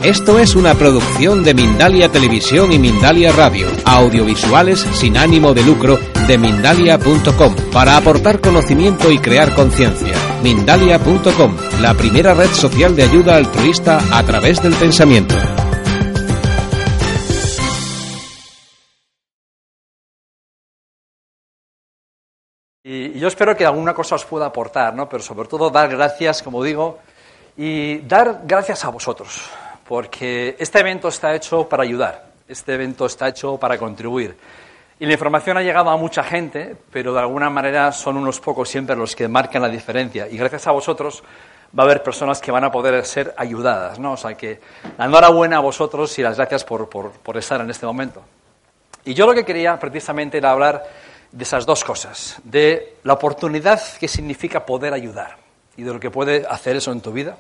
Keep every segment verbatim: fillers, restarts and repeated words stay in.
Esto es una producción de Mindalia Televisión y Mindalia Radio, audiovisuales sin ánimo de lucro de Mindalia punto com, para aportar conocimiento y crear conciencia. Mindalia punto com, la primera red social de ayuda altruista a través del pensamiento. Y yo espero que alguna cosa os pueda aportar, ¿no? Pero sobre todo dar gracias, como digo, y dar gracias a vosotros, porque este evento está hecho para ayudar, este evento está hecho para contribuir. Y la información ha llegado a mucha gente, pero de alguna manera son unos pocos siempre los que marcan la diferencia. Y gracias a vosotros va a haber personas que van a poder ser ayudadas, ¿no? O sea que la enhorabuena a vosotros y las gracias por, por, por estar en este momento. Y yo lo que quería precisamente era hablar de esas dos cosas, de la oportunidad que significa poder ayudar y de lo que puede hacer eso en tu vida,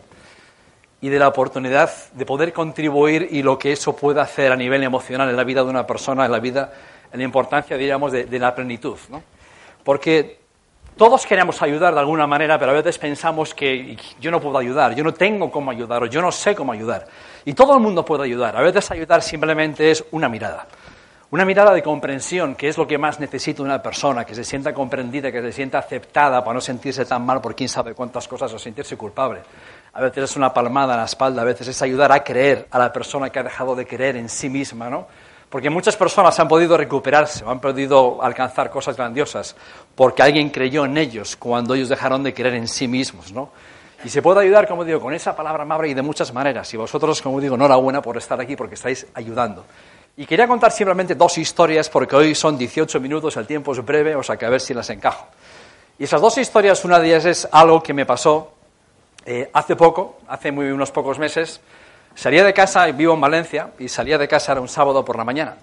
y de la oportunidad de poder contribuir y lo que eso puede hacer a nivel emocional en la vida de una persona, en la vida, en la importancia, diríamos, de, de la plenitud, ¿no? Porque todos queremos ayudar de alguna manera, pero a veces pensamos que yo no puedo ayudar, yo no tengo cómo ayudar o yo no sé cómo ayudar. Y todo el mundo puede ayudar. A veces ayudar simplemente es una mirada. Una mirada de comprensión, que es lo que más necesita una persona, que se sienta comprendida, que se sienta aceptada para no sentirse tan mal por quién sabe cuántas cosas o sentirse culpable. A veces es una palmada en la espalda, a veces es ayudar a creer a la persona que ha dejado de creer en sí misma, ¿no? Porque muchas personas han podido recuperarse, o han podido alcanzar cosas grandiosas, porque alguien creyó en ellos cuando ellos dejaron de creer en sí mismos, ¿no? Y se puede ayudar, como digo, con esa palabra amable y de muchas maneras. Y vosotros, como digo, enhorabuena por estar aquí, porque estáis ayudando. Y quería contar simplemente dos historias, porque hoy son dieciocho minutos, el tiempo es breve, o sea que a ver si las encajo. Y esas dos historias, una de ellas es algo que me pasó eh, hace poco, hace muy unos pocos meses. Salía de casa, vivo en Valencia, y salía de casa, era un sábado por la mañana.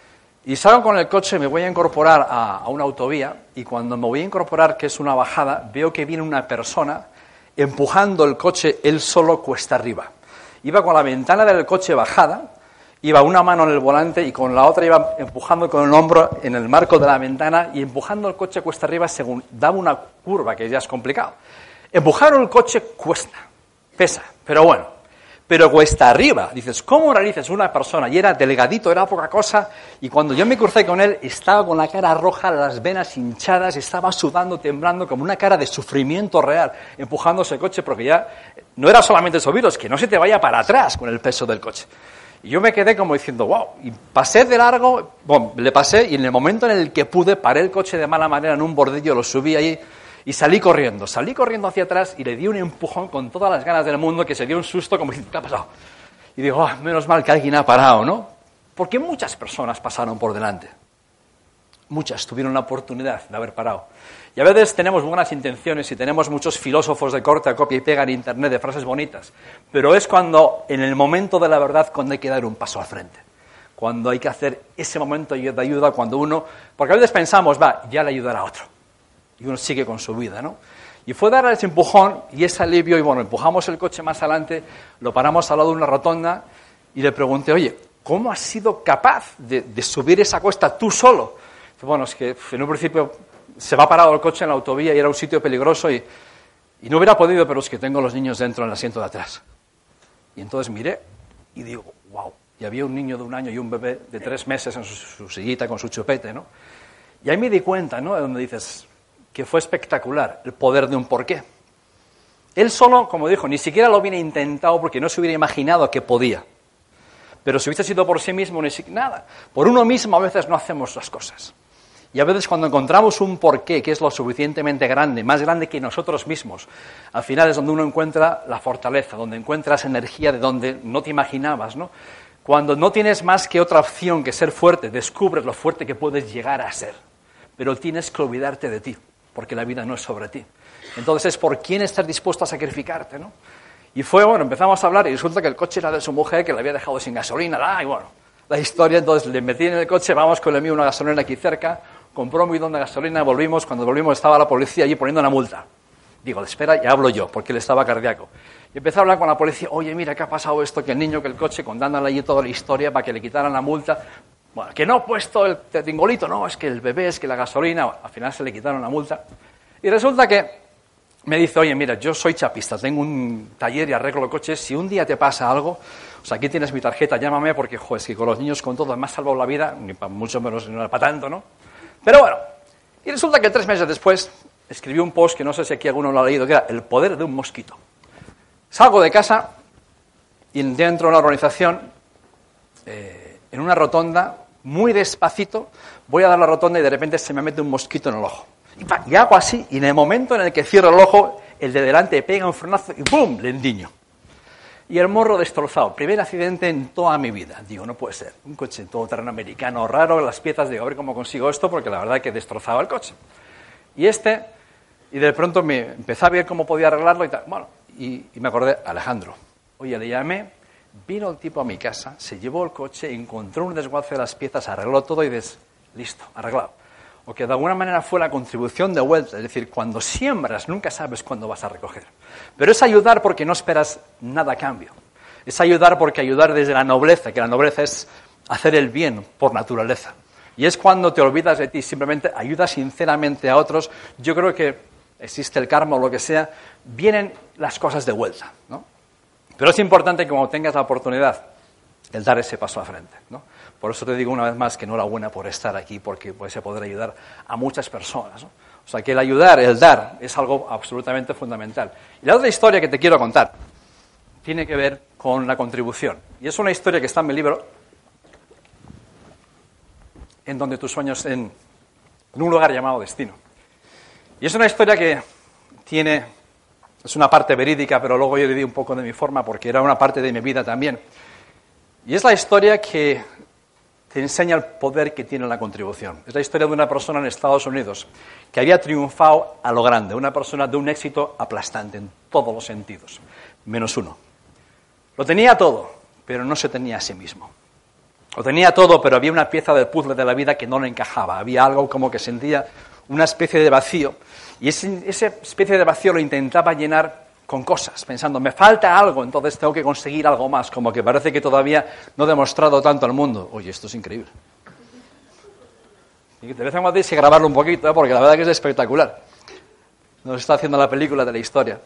Y salgo con el coche, me voy a incorporar a, a una autovía, y cuando me voy a incorporar, que es una bajada, veo que viene una persona empujando el coche él solo cuesta arriba. Iba con la ventana del coche bajada, iba una mano en el volante y con la otra iba empujando con el hombro en el marco de la ventana y empujando el coche cuesta arriba según daba una curva, que ya es complicado. Empujar el coche cuesta, pesa, pero bueno, pero cuesta arriba. Dices, ¿cómo narices una persona? Y era delgadito, era poca cosa, y cuando yo me crucé con él estaba con la cara roja, las venas hinchadas, estaba sudando, temblando, como una cara de sufrimiento real, empujando ese coche, porque ya no era solamente subirlo, es que no se te vaya para atrás con el peso del coche. Y yo me quedé como diciendo, wow, y pasé de largo, bueno, le pasé, y en el momento en el que pude, paré el coche de mala manera en un bordillo, lo subí ahí, y salí corriendo, salí corriendo hacia atrás, y le di un empujón con todas las ganas del mundo, que se dio un susto, como diciendo, ¿qué ha pasado? Y digo, oh, menos mal que alguien ha parado, ¿no? Porque muchas personas pasaron por delante, muchas tuvieron la oportunidad de haber parado. Y a veces tenemos buenas intenciones y tenemos muchos filósofos de corte a copia y pega en internet de frases bonitas, pero es cuando, en el momento de la verdad, cuando hay que dar un paso al frente, cuando hay que hacer ese momento de ayuda, cuando uno, porque a veces pensamos, va, ya le ayudará a otro, y uno sigue con su vida, ¿no? Y fue dar ese empujón y ese alivio, y bueno, empujamos el coche más adelante, lo paramos al lado de una rotonda, y le pregunté, oye, ¿cómo has sido capaz de, de subir esa cuesta tú solo? Bueno, es que en un principio se va parado el coche en la autovía y era un sitio peligroso y, y no hubiera podido, pero es que tengo los niños dentro en el asiento de atrás. Y entonces miré y digo, wow, y había un niño de un año y un bebé de tres meses en su, su sillita con su chupete, ¿no? Y ahí me di cuenta, ¿no?, de donde dices que fue espectacular el poder de un porqué. Él solo, como dijo, ni siquiera lo hubiera intentado porque no se hubiera imaginado que podía. Pero si hubiese sido por sí mismo, ni siquiera nada. Por uno mismo a veces no hacemos las cosas. Y a veces cuando encontramos un porqué que es lo suficientemente grande, más grande que nosotros mismos, al final es donde uno encuentra la fortaleza, donde encuentras energía de donde no te imaginabas, ¿no? Cuando no tienes más que otra opción que ser fuerte, descubres lo fuerte que puedes llegar a ser. Pero tienes que olvidarte de ti, porque la vida no es sobre ti. Entonces es por quién estás dispuesto a sacrificarte, ¿no? Y fue, bueno, empezamos a hablar y resulta que el coche era de su mujer, que le había dejado sin gasolina, ¡ah! Y bueno, la historia, entonces le metí en el coche, vamos con el mío, una gasolina aquí cerca, compró un bidón de gasolina, volvimos, cuando volvimos estaba la policía allí poniendo una multa. Digo, espera, ya hablo yo, porque él estaba cardíaco. Y empecé a hablar con la policía, oye, mira, ¿qué ha pasado esto? Que el niño, que el coche, contándole allí toda la historia para que le quitaran la multa. Bueno, que no he puesto el tingolito, no, es que el bebé, es que la gasolina, bueno, al final se le quitaron la multa. Y resulta que me dice, oye, mira, yo soy chapista, tengo un taller y arreglo coches, si un día te pasa algo, o O sea, aquí tienes mi tarjeta, llámame porque, joder, es que con los niños con todo me ha salvado la vida, ni para mucho menos, no era para tanto, ¿no? Pero bueno, y resulta que tres meses después escribí un post que no sé si aquí alguno lo ha leído, que era El poder de un mosquito. Salgo de casa y dentro de una organización, eh, en una rotonda, muy despacito, voy a dar la rotonda y de repente se me mete un mosquito en el ojo. Y, pa, y hago así, y en el momento en el que cierro el ojo, el de delante pega un frenazo y ¡bum!, le endiño. Y el morro destrozado. Primer accidente en toda mi vida. Digo, no puede ser. Un coche todoterreno americano raro, las piezas, digo, a ver cómo consigo esto, porque la verdad es que destrozaba el coche. Y este, y de pronto me empecé a ver cómo podía arreglarlo y tal. Bueno, y, y me acordé, Alejandro. Oye, le llamé, vino el tipo a mi casa, se llevó el coche, encontró un desguace de las piezas, arregló todo y dices, listo, arreglado. O que de alguna manera fue la contribución de vuelta, es decir, cuando siembras nunca sabes cuándo vas a recoger. Pero es ayudar porque no esperas nada a cambio. Es ayudar porque ayudar desde la nobleza, que la nobleza es hacer el bien por naturaleza. Y es cuando te olvidas de ti, simplemente ayudas sinceramente a otros. Yo creo que existe el karma o lo que sea, vienen las cosas de vuelta, ¿no? Pero es importante que cuando tengas la oportunidad, el dar ese paso a frente, ¿no? Por eso te digo una vez más que enhorabuena por estar aquí, porque puedes poder ayudar a muchas personas, ¿no? O sea, que el ayudar, el dar, es algo absolutamente fundamental. Y la otra historia que te quiero contar tiene que ver con la contribución. Y es una historia que está en mi libro, En donde tus sueños, en, en un lugar llamado destino. Y es una historia que tiene, es una parte verídica, pero luego yo le di un poco de mi forma, porque era una parte de mi vida también. Y es la historia que te enseña el poder que tiene la contribución. Es la historia de una persona en Estados Unidos que había triunfado a lo grande, una persona de un éxito aplastante en todos los sentidos, menos uno. Lo tenía todo, pero no se tenía a sí mismo. Lo tenía todo, pero había una pieza del puzzle de la vida que no le encajaba. Había algo como que sentía una especie de vacío. Y ese, esa especie de vacío lo intentaba llenar con cosas, pensando, me falta algo, entonces tengo que conseguir algo más, como que parece que todavía no he demostrado tanto al mundo. Oye, esto es increíble. Y de vez en cuando tienes que grabarlo un poquito, ¿eh? Porque la verdad que es espectacular. Nos está haciendo la película de la historia.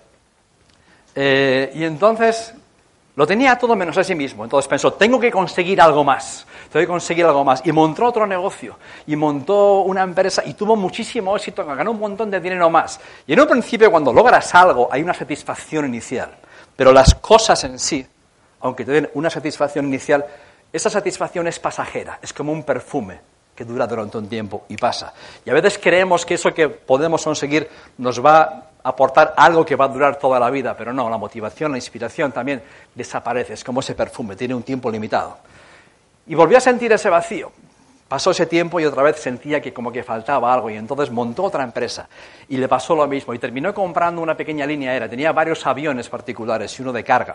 Eh, y entonces lo tenía todo menos a sí mismo. Entonces pensó, tengo que conseguir algo más. Tengo que conseguir algo más. Y montó otro negocio. Y montó una empresa y tuvo muchísimo éxito. Ganó un montón de dinero más. Y en un principio, cuando logras algo, hay una satisfacción inicial. Pero las cosas en sí, aunque te den una satisfacción inicial, esa satisfacción es pasajera. Es como un perfume que dura durante un tiempo y pasa. Y a veces creemos que eso que podemos conseguir nos va a aportar algo que va a durar toda la vida, pero no, la motivación, la inspiración también desaparece, es como ese perfume, tiene un tiempo limitado. Y volvió a sentir ese vacío. Pasó ese tiempo y otra vez sentía que como que faltaba algo y entonces montó otra empresa y le pasó lo mismo y terminó comprando una pequeña línea aérea, tenía varios aviones particulares y uno de carga.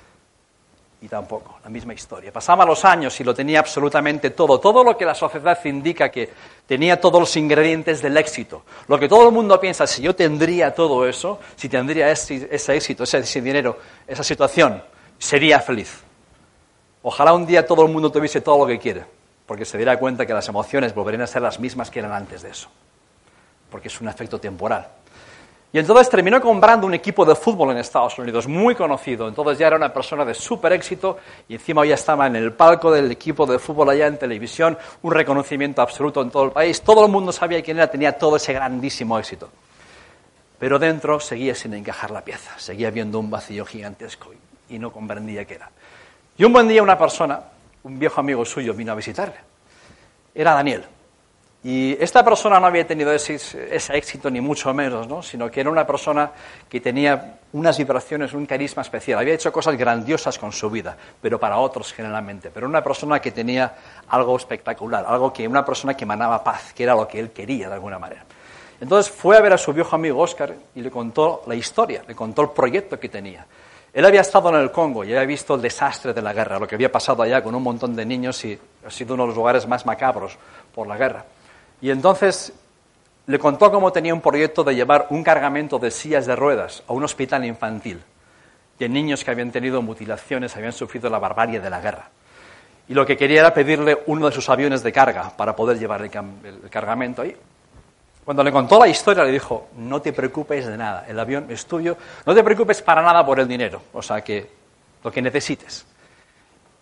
Y tampoco, la misma historia. Pasaban los años y lo tenía absolutamente todo. Todo lo que la sociedad indica que tenía todos los ingredientes del éxito. Lo que todo el mundo piensa, si yo tendría todo eso, si tendría ese, ese éxito, ese, ese dinero, esa situación, sería feliz. Ojalá un día todo el mundo tuviese todo lo que quiere, porque se diera cuenta que las emociones volverían a ser las mismas que eran antes de eso. Porque es un efecto temporal. Y entonces terminó comprando un equipo de fútbol en Estados Unidos, muy conocido. Entonces ya era una persona de súper éxito y encima ya estaba en el palco del equipo de fútbol allá en televisión, un reconocimiento absoluto en todo el país. Todo el mundo sabía quién era, tenía todo ese grandísimo éxito. Pero dentro seguía sin encajar la pieza, seguía viendo un vacío gigantesco y, y no comprendía qué era. Y un buen día una persona, un viejo amigo suyo, vino a visitarle. Era Daniel. Y esta persona no había tenido ese, ese éxito ni mucho menos, ¿no? Sino que era una persona que tenía unas vibraciones, un carisma especial. Había hecho cosas grandiosas con su vida, pero para otros generalmente. Pero una persona que tenía algo espectacular, algo que una persona que emanaba paz, que era lo que él quería de alguna manera. Entonces fue a ver a su viejo amigo Óscar y le contó la historia, le contó el proyecto que tenía. Él había estado en el Congo y había visto el desastre de la guerra, lo que había pasado allá con un montón de niños y ha sido uno de los lugares más macabros por la guerra. Y entonces le contó cómo tenía un proyecto de llevar un cargamento de sillas de ruedas a un hospital infantil de niños que habían tenido mutilaciones, habían sufrido la barbarie de la guerra. Y lo que quería era pedirle uno de sus aviones de carga para poder llevar el, el cargamento ahí. Cuando le contó la historia le dijo, no te preocupes de nada, el avión es tuyo, no te preocupes para nada por el dinero, o sea que lo que necesites.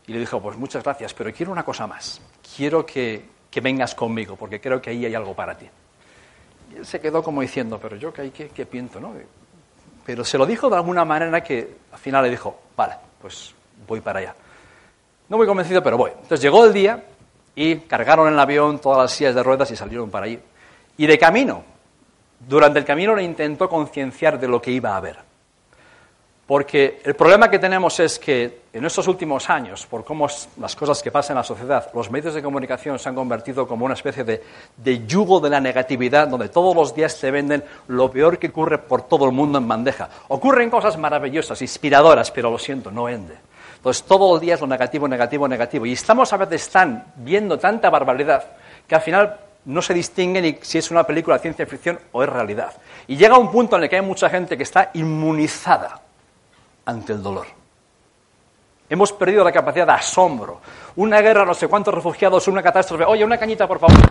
Y le dijo, pues muchas gracias, pero quiero una cosa más. Quiero que, que vengas conmigo, porque creo que ahí hay algo para ti. Y él se quedó como diciendo, pero yo que ahí qué, qué pienso, ¿no? Pero se lo dijo de alguna manera que al final le dijo, vale, pues voy para allá. No muy convencido, pero voy. Entonces llegó el día y cargaron en el avión todas las sillas de ruedas y salieron para allí. Y de camino, durante el camino le intentó concienciar de lo que iba a haber. Porque el problema que tenemos es que en estos últimos años, por cómo las cosas que pasan en la sociedad, los medios de comunicación se han convertido como una especie de, de yugo de la negatividad, donde todos los días te venden lo peor que ocurre por todo el mundo en bandeja. Ocurren cosas maravillosas, inspiradoras, pero lo siento, no vende. Entonces todo el día es lo negativo, negativo, negativo. Y estamos a veces tan, viendo tanta barbaridad que al final no se distingue ni si es una película de ciencia ficción o es realidad. Y llega un punto en el que hay mucha gente que está inmunizada ante el dolor. Hemos perdido la capacidad de asombro. Una guerra, no sé cuántos refugiados, una catástrofe. Oye, una cañita, por favor.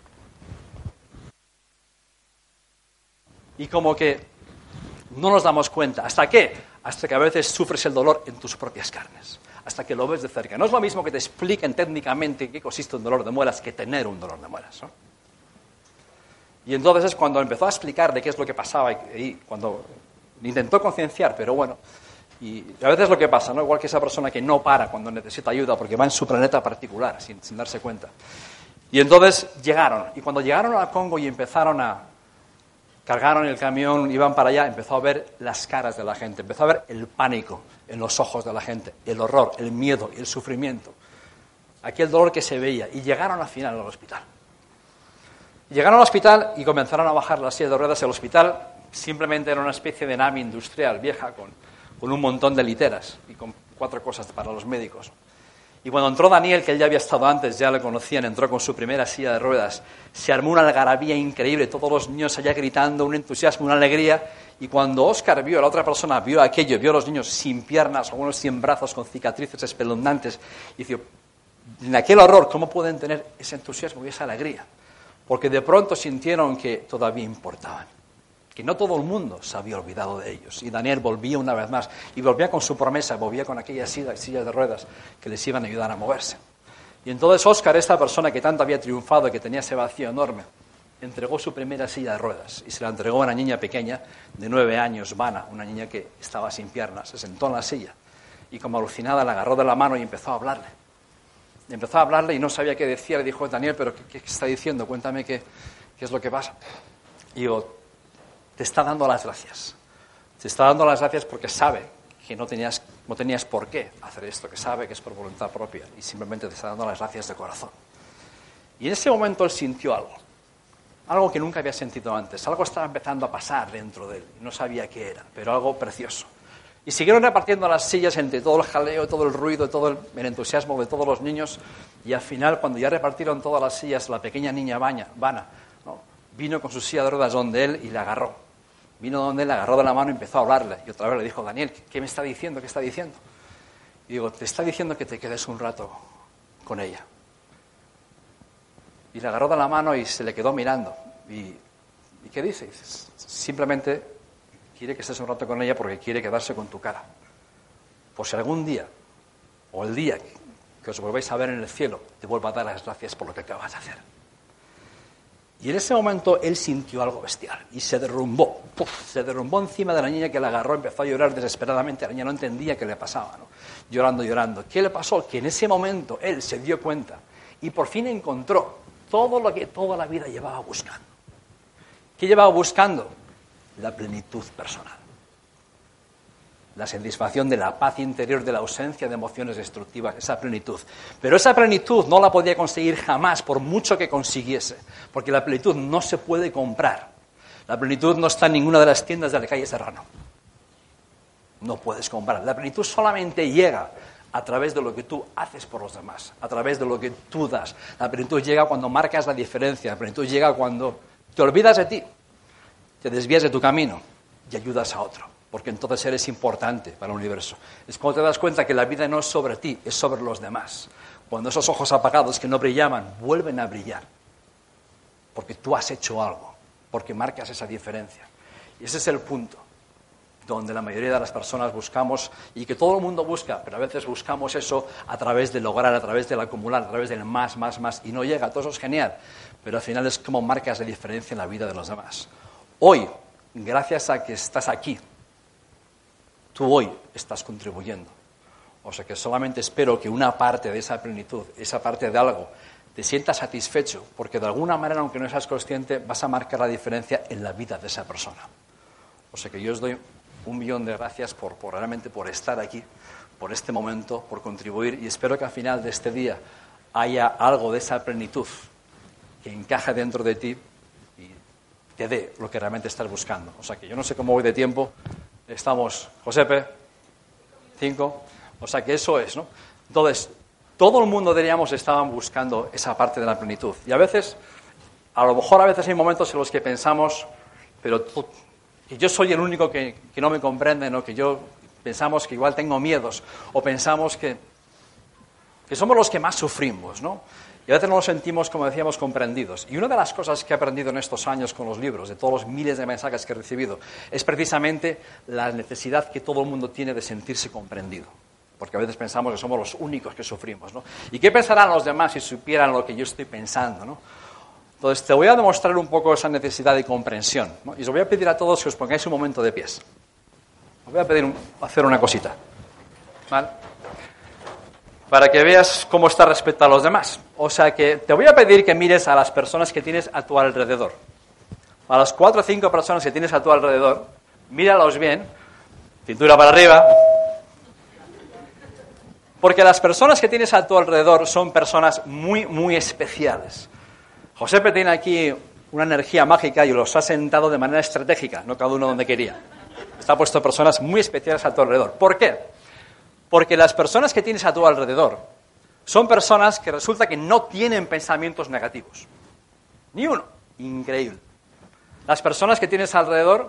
Y como que no nos damos cuenta. ¿Hasta qué? Hasta que a veces sufres el dolor en tus propias carnes. Hasta que lo ves de cerca. No es lo mismo que te expliquen técnicamente en qué consiste un dolor de muelas que tener un dolor de muelas, ¿no? Y entonces es cuando empezó a explicar de qué es lo que pasaba y, y cuando intentó concienciar, pero bueno. Y a veces lo que pasa, ¿no? Igual que esa persona que no para cuando necesita ayuda porque va en su planeta particular sin, sin darse cuenta. Y entonces llegaron. Y cuando llegaron al Congo y empezaron a... Cargaron el camión, iban para allá, empezó a ver las caras de la gente, empezó a ver el pánico en los ojos de la gente, el horror, el miedo y el sufrimiento. Aquel dolor que se veía. Y llegaron al final al hospital. Llegaron al hospital y comenzaron a bajar las sillas de ruedas. El hospital simplemente era una especie de nave industrial vieja con, con un montón de literas y con cuatro cosas para los médicos. Y cuando entró Daniel, que él ya había estado antes, ya le conocían, entró con su primera silla de ruedas, se armó una algarabía increíble, todos los niños allá gritando, un entusiasmo, una alegría. Y cuando Óscar vio, la otra persona vio aquello, vio a los niños sin piernas, algunos sin brazos, con cicatrices espeluznantes, y dijo, en aquel horror, ¿cómo pueden tener ese entusiasmo y esa alegría? Porque de pronto sintieron que todavía importaban, que no todo el mundo se había olvidado de ellos. Y Daniel volvía una vez más, y volvía con su promesa, volvía con aquellas sillas, sillas de ruedas que les iban a ayudar a moverse. Y entonces Óscar, esta persona que tanto había triunfado y que tenía ese vacío enorme, entregó su primera silla de ruedas y se la entregó a una niña pequeña de nueve años, Vana, una niña que estaba sin piernas, se sentó en la silla y como alucinada la agarró de la mano y empezó a hablarle. Y empezó a hablarle y no sabía qué decía, le dijo, Daniel, ¿pero qué, qué está diciendo? Cuéntame qué, qué es lo que pasa. Y digo, te está dando las gracias. Te está dando las gracias porque sabe que no tenías, no tenías por qué hacer esto, que sabe que es por voluntad propia y simplemente te está dando las gracias de corazón. Y en ese momento él sintió algo, algo que nunca había sentido antes, algo estaba empezando a pasar dentro de él, no sabía qué era, pero algo precioso. Y siguieron repartiendo las sillas entre todo el jaleo, todo el ruido, todo el, el entusiasmo de todos los niños, y al final, cuando ya repartieron todas las sillas, la pequeña niña Vana, Vana ¿no? vino con su silla de ruedas donde él y la agarró. Vino donde él, la agarró de la mano y empezó a hablarle. Y otra vez le dijo, Daniel, ¿qué me está diciendo? ¿Qué está diciendo? Y digo, te está diciendo que te quedes un rato con ella. Y le agarró de la mano y se le quedó mirando. ¿Y, ¿y qué dice? Dices, simplemente quiere que estés un rato con ella porque quiere quedarse con tu cara. Por si algún día, o el día que os volvéis a ver en el cielo, te vuelva a dar las gracias por lo que acabas de hacer. Y en ese momento él sintió algo bestial y se derrumbó, ¡puf! Se derrumbó encima de la niña que la agarró, empezó a llorar desesperadamente, la niña no entendía qué le pasaba, ¿no? Llorando, llorando. ¿Qué le pasó? Que en ese momento él se dio cuenta y por fin encontró todo lo que toda la vida llevaba buscando. ¿Qué llevaba buscando? La plenitud personal. La satisfacción de la paz interior, de la ausencia de emociones destructivas, esa plenitud. Pero esa plenitud no la podía conseguir jamás, por mucho que consiguiese, porque la plenitud no se puede comprar. La plenitud no está en ninguna de las tiendas de la calle Serrano. No puedes comprar. La plenitud solamente llega a través de lo que tú haces por los demás, a través de lo que tú das. La plenitud llega cuando marcas la diferencia, la plenitud llega cuando te olvidas de ti, te desvías de tu camino y ayudas a otro. Porque entonces eres importante para el universo. Es cuando te das cuenta que la vida no es sobre ti, es sobre los demás. Cuando esos ojos apagados que no brillaban, vuelven a brillar. Porque tú has hecho algo, porque marcas esa diferencia. Y ese es el punto. donde la mayoría de las personas buscamos y que todo el mundo busca, pero a veces buscamos eso a través de lograr, a través del acumular, a través del más, más, más, y no llega, todo eso es genial, pero al final es como marcas de diferencia en la vida de los demás. Hoy, gracias a que estás aquí, tú hoy estás contribuyendo. O sea que solamente espero que una parte de esa plenitud, esa parte de algo, te sientas satisfecho, porque de alguna manera, aunque no seas consciente, vas a marcar la diferencia en la vida de esa persona. O sea que yo os doy un millón de gracias por, por realmente por estar aquí, por este momento, por contribuir, y espero que al final de este día haya algo de esa plenitud que encaje dentro de ti y te dé lo que realmente estás buscando. O sea que yo no sé cómo voy de tiempo, estamos, Josepe, cinco, o sea que eso es, ¿no? Entonces, todo el mundo, diríamos, estaban buscando esa parte de la plenitud. Y a veces, a lo mejor a veces hay momentos en los que pensamos, pero tú, que yo soy el único que, que no me comprende, ¿no? Que yo pensamos que igual tengo miedos, o pensamos que, que somos los que más sufrimos, ¿no? Y a veces no nos sentimos, como decíamos, comprendidos. Y una de las cosas que he aprendido en estos años con los libros, de todos los miles de mensajes que he recibido, es precisamente la necesidad que todo el mundo tiene de sentirse comprendido. Porque a veces pensamos que somos los únicos que sufrimos, ¿no? ¿Y qué pensarán los demás si supieran lo que yo estoy pensando, ¿no? Entonces, te voy a demostrar un poco esa necesidad de comprensión, ¿no? Y os voy a pedir a todos que os pongáis un momento de pies. Os voy a pedir un, hacer una cosita, ¿vale? Para que veas cómo está respecto a los demás. O sea que te voy a pedir que mires a las personas que tienes a tu alrededor. A las cuatro o cinco personas que tienes a tu alrededor, míralos bien, cintura para arriba. Porque las personas que tienes a tu alrededor son personas muy, muy especiales. Josepe tiene aquí una energía mágica y los ha sentado de manera estratégica, no cada uno donde quería. Está puesto personas muy especiales a tu alrededor. ¿Por qué? Porque las personas que tienes a tu alrededor son personas que resulta que no tienen pensamientos negativos. Ni uno. Increíble. Las personas que tienes alrededor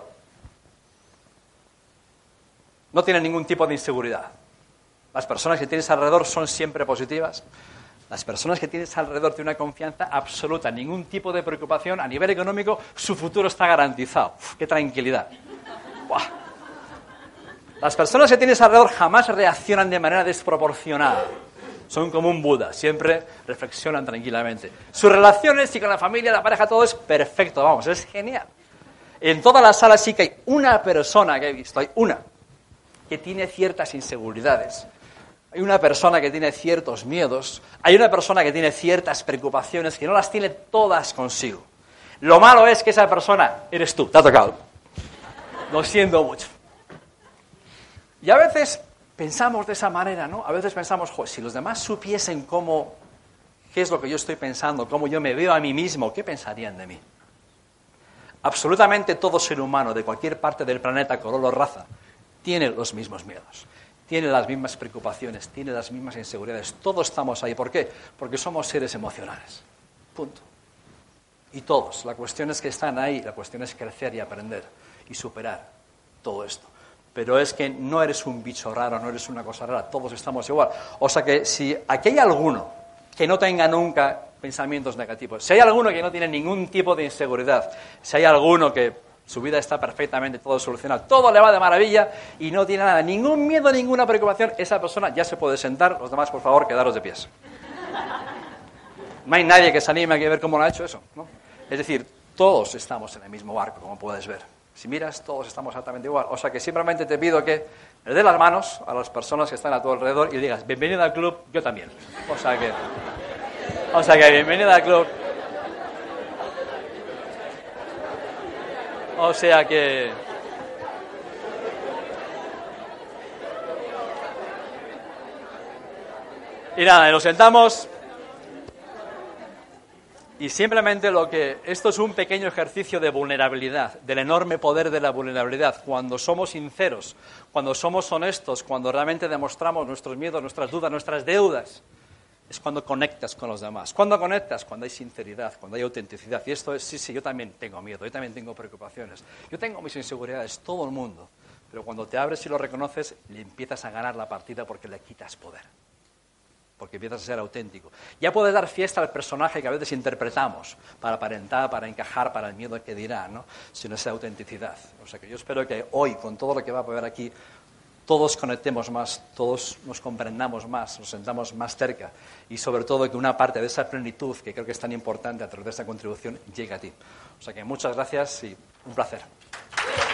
no tienen ningún tipo de inseguridad. Las personas que tienes alrededor son siempre positivas. Las personas que tienes alrededor tienen una confianza absoluta, ningún tipo de preocupación. A nivel económico, su futuro está garantizado. Uf, ¡qué tranquilidad! ¡Buah! Las personas que tienes alrededor jamás reaccionan de manera desproporcionada. Son como un Buda, siempre reflexionan tranquilamente. Sus relaciones y con la familia, la pareja, todo es perfecto, vamos, es genial. En toda la sala sí que hay una persona que he visto, hay una, que tiene ciertas inseguridades. Hay una persona que tiene ciertos miedos, hay una persona que tiene ciertas preocupaciones que no las tiene todas consigo. Lo malo es que esa persona eres tú, te ha tocado. Lo siento mucho. Y a veces pensamos de esa manera, ¿no? A veces pensamos, joder, si los demás supiesen cómo, qué es lo que yo estoy pensando, cómo yo me veo a mí mismo, ¿qué pensarían de mí? Absolutamente todo ser humano de cualquier parte del planeta, color o raza, tiene los mismos miedos, tiene las mismas preocupaciones, tiene las mismas inseguridades. Todos estamos ahí. ¿Por qué? Porque somos seres emocionales. Punto. Y todos. La cuestión es que están ahí. La cuestión es crecer y aprender y superar todo esto. Pero es que no eres un bicho raro, no eres una cosa rara. Todos estamos igual. O sea que si aquí hay alguno que no tenga nunca pensamientos negativos, si hay alguno que no tiene ningún tipo de inseguridad, si hay alguno que su vida está perfectamente todo solucionado, todo le va de maravilla y no tiene nada, ningún miedo, ninguna preocupación, esa persona ya se puede sentar. Los demás, por favor, quedaros de pies. No hay nadie que se anime a ver cómo lo ha hecho eso, ¿no? Es decir, todos estamos en el mismo barco, como puedes ver. Si miras, todos estamos exactamente igual. O sea que simplemente te pido que le des las manos a las personas que están a tu alrededor y digas, bienvenido al club, yo también. O sea que, o sea que bienvenido al club. O sea que... Y nada, nos sentamos y simplemente lo que... Esto es un pequeño ejercicio de vulnerabilidad, del enorme poder de la vulnerabilidad. Cuando somos sinceros, cuando somos honestos, cuando realmente demostramos nuestros miedos, nuestras dudas, nuestras deudas, es cuando conectas con los demás. ¿Cuándo conectas? Cuando hay sinceridad, cuando hay autenticidad. Y esto es, sí, sí, yo también tengo miedo, yo también tengo preocupaciones, yo tengo mis inseguridades, todo el mundo. Pero cuando te abres y lo reconoces, le empiezas a ganar la partida porque le quitas poder. porque empiezas a ser auténtico. Ya puedes dar fiesta al personaje que a veces interpretamos para aparentar, para encajar, para el miedo que dirá, ¿no? Sino esa autenticidad. O sea que yo espero que hoy, con todo lo que va a haber aquí, todos conectemos más, todos nos comprendamos más, nos sentamos más cerca y sobre todo que una parte de esa plenitud, que creo que es tan importante a través de esta contribución, llegue a ti. O sea que muchas gracias y un placer.